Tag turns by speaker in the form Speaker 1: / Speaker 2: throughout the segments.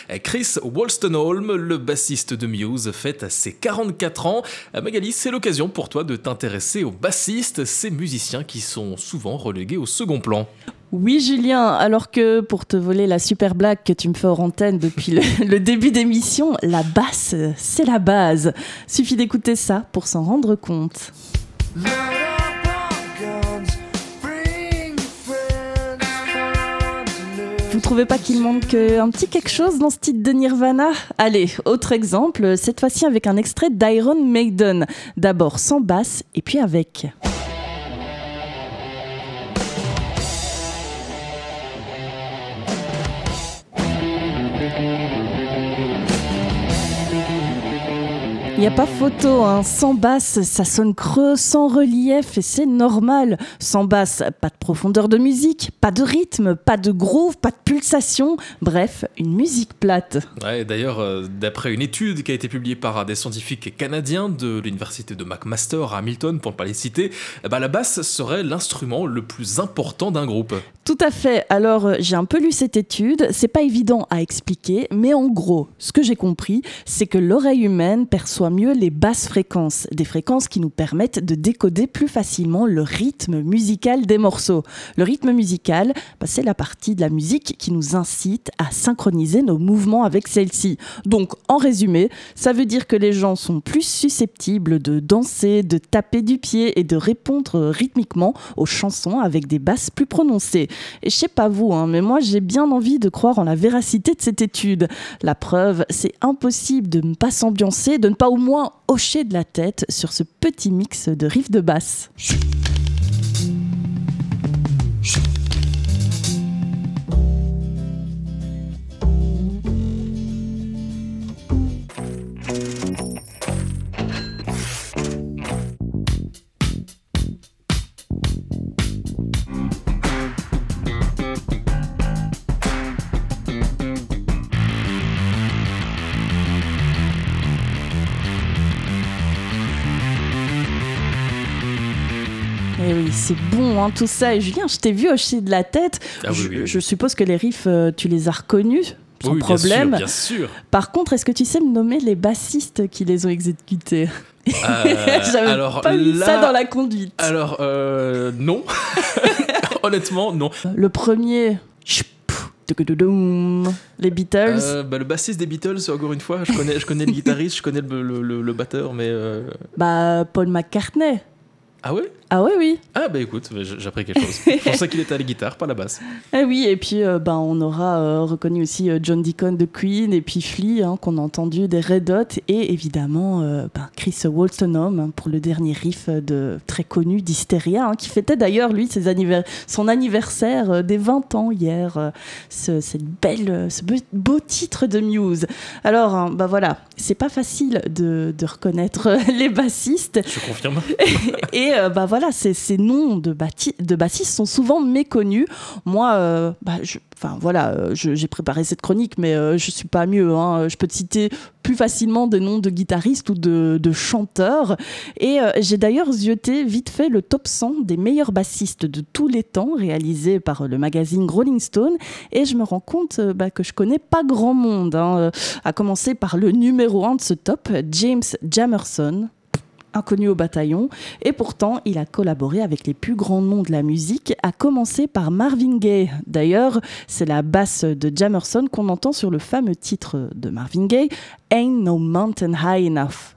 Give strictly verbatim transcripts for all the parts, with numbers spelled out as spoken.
Speaker 1: Chris Wolstenholme, le bassiste de Muse, fête ses quarante-quatre ans. Magali, c'est l'occasion pour toi de t'intéresser aux bassistes, ces musiciens qui sont souvent relégués au second plan.
Speaker 2: Oui Julien, alors que pour te voler la super blague que tu me fais hors antenne depuis le, le début d'émission, la basse, c'est la base. Suffit d'écouter ça pour s'en rendre compte. Vous trouvez pas qu'il manque un petit quelque chose dans ce titre de Nirvana ? Allez, autre exemple, cette fois-ci avec un extrait d'Iron Maiden. D'abord sans basse et puis avec... Il n'y a pas photo, hein. Sans basse, ça sonne creux, sans relief, et c'est normal. Sans basse, pas de profondeur de musique, pas de rythme, pas de groove, pas de pulsation. Bref, une musique plate.
Speaker 1: Ouais, d'ailleurs, euh, d'après une étude qui a été publiée par des scientifiques canadiens de l'université de McMaster à Hamilton, pour ne pas les citer, bah, la basse serait l'instrument le plus important d'un groupe.
Speaker 2: Tout à fait. Alors, j'ai un peu lu cette étude. C'est pas évident à expliquer, mais en gros, ce que j'ai compris, c'est que l'oreille humaine perçoit mieux les basses fréquences, des fréquences qui nous permettent de décoder plus facilement le rythme musical des morceaux. Le rythme musical, bah, c'est la partie de la musique qui nous incite à synchroniser nos mouvements avec celle-ci. Donc, en résumé, ça veut dire que les gens sont plus susceptibles de danser, de taper du pied et de répondre rythmiquement aux chansons avec des basses plus prononcées. Et je sais pas vous, hein, mais moi j'ai bien envie de croire en la véracité de cette étude. La preuve, c'est impossible de ne pas s'ambiancer, de ne pas au moins hocher de la tête sur ce petit mix de riffs de basse. Et oui, c'est bon, hein, tout ça. Et Julien, je t'ai vu hocher de la tête.
Speaker 1: Ah oui,
Speaker 2: je,
Speaker 1: oui, oui.
Speaker 2: je suppose que les riffs, euh, tu les as reconnus sans
Speaker 1: oui,
Speaker 2: problème.
Speaker 1: Bien sûr, bien sûr.
Speaker 2: Par contre, est-ce que tu sais me nommer les bassistes qui les ont exécutés ?
Speaker 1: Euh,
Speaker 2: J'avais
Speaker 1: alors,
Speaker 2: pas vu
Speaker 1: là,
Speaker 2: ça dans la conduite.
Speaker 1: Alors, euh, non. Honnêtement, non.
Speaker 2: Le premier... Les Beatles.
Speaker 1: Euh, bah, le bassiste des Beatles, encore une fois, je connais, je connais le guitariste, je connais le, le, le, le batteur, mais... Euh...
Speaker 2: Bah, Paul McCartney.
Speaker 1: Ah ouais ?
Speaker 2: Ah ouais, oui.
Speaker 1: Ah bah écoute, j'ai appris quelque chose. Je pensais qu'il était à la guitare, pas à la basse.
Speaker 2: Ah oui, et puis euh, bah, on aura euh, reconnu aussi euh, John Deacon de Queen, et puis Flea, hein, qu'on a entendu des Red Hot, et évidemment euh, bah, Chris Wolstenholme, hein, pour le dernier riff de, très connu d'Hysteria, hein, qui fêtait d'ailleurs, lui, ses anniver- son anniversaire euh, des vingt ans hier. Euh, ce, cette belle, ce beau, beau titre de Muse. Alors, hein, bah voilà, c'est pas facile de, de reconnaître les bassistes.
Speaker 1: Je confirme.
Speaker 2: Et euh, bah voilà, ces, ces noms de, bati- de bassistes sont souvent méconnus. Moi, euh, bah, je, enfin voilà, euh, je, j'ai préparé cette chronique, mais euh, je suis pas mieux. Hein. Je peux te citer plus facilement des noms de guitaristes ou de, de chanteurs. Et euh, j'ai d'ailleurs zioté vite fait le top cent des meilleurs bassistes de tous les temps, réalisé par le magazine Rolling Stone. Et je me rends compte euh, bah, que je connais pas grand monde. Hein. Euh, à commencer par le numéro un de ce top, James Jamerson. Inconnu au bataillon, et pourtant il a collaboré avec les plus grands noms de la musique, à commencer par Marvin Gaye. D'ailleurs, c'est la basse de Jamerson qu'on entend sur le fameux titre de Marvin Gaye, Ain't No Mountain High Enough.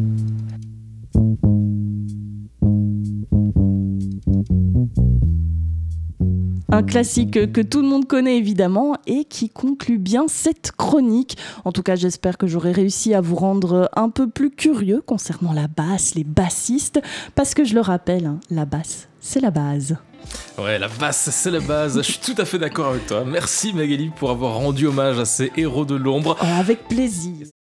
Speaker 2: Un classique que tout le monde connaît évidemment et qui conclut bien cette chronique. En tout cas, j'espère que j'aurai réussi à vous rendre un peu plus curieux concernant la basse, les bassistes, parce que je le rappelle, hein, la basse, c'est la base.
Speaker 1: Ouais, la basse, c'est la base. Je suis tout à fait d'accord avec toi. Merci Magali pour avoir rendu hommage à ces héros de l'ombre.
Speaker 2: Oh, avec plaisir.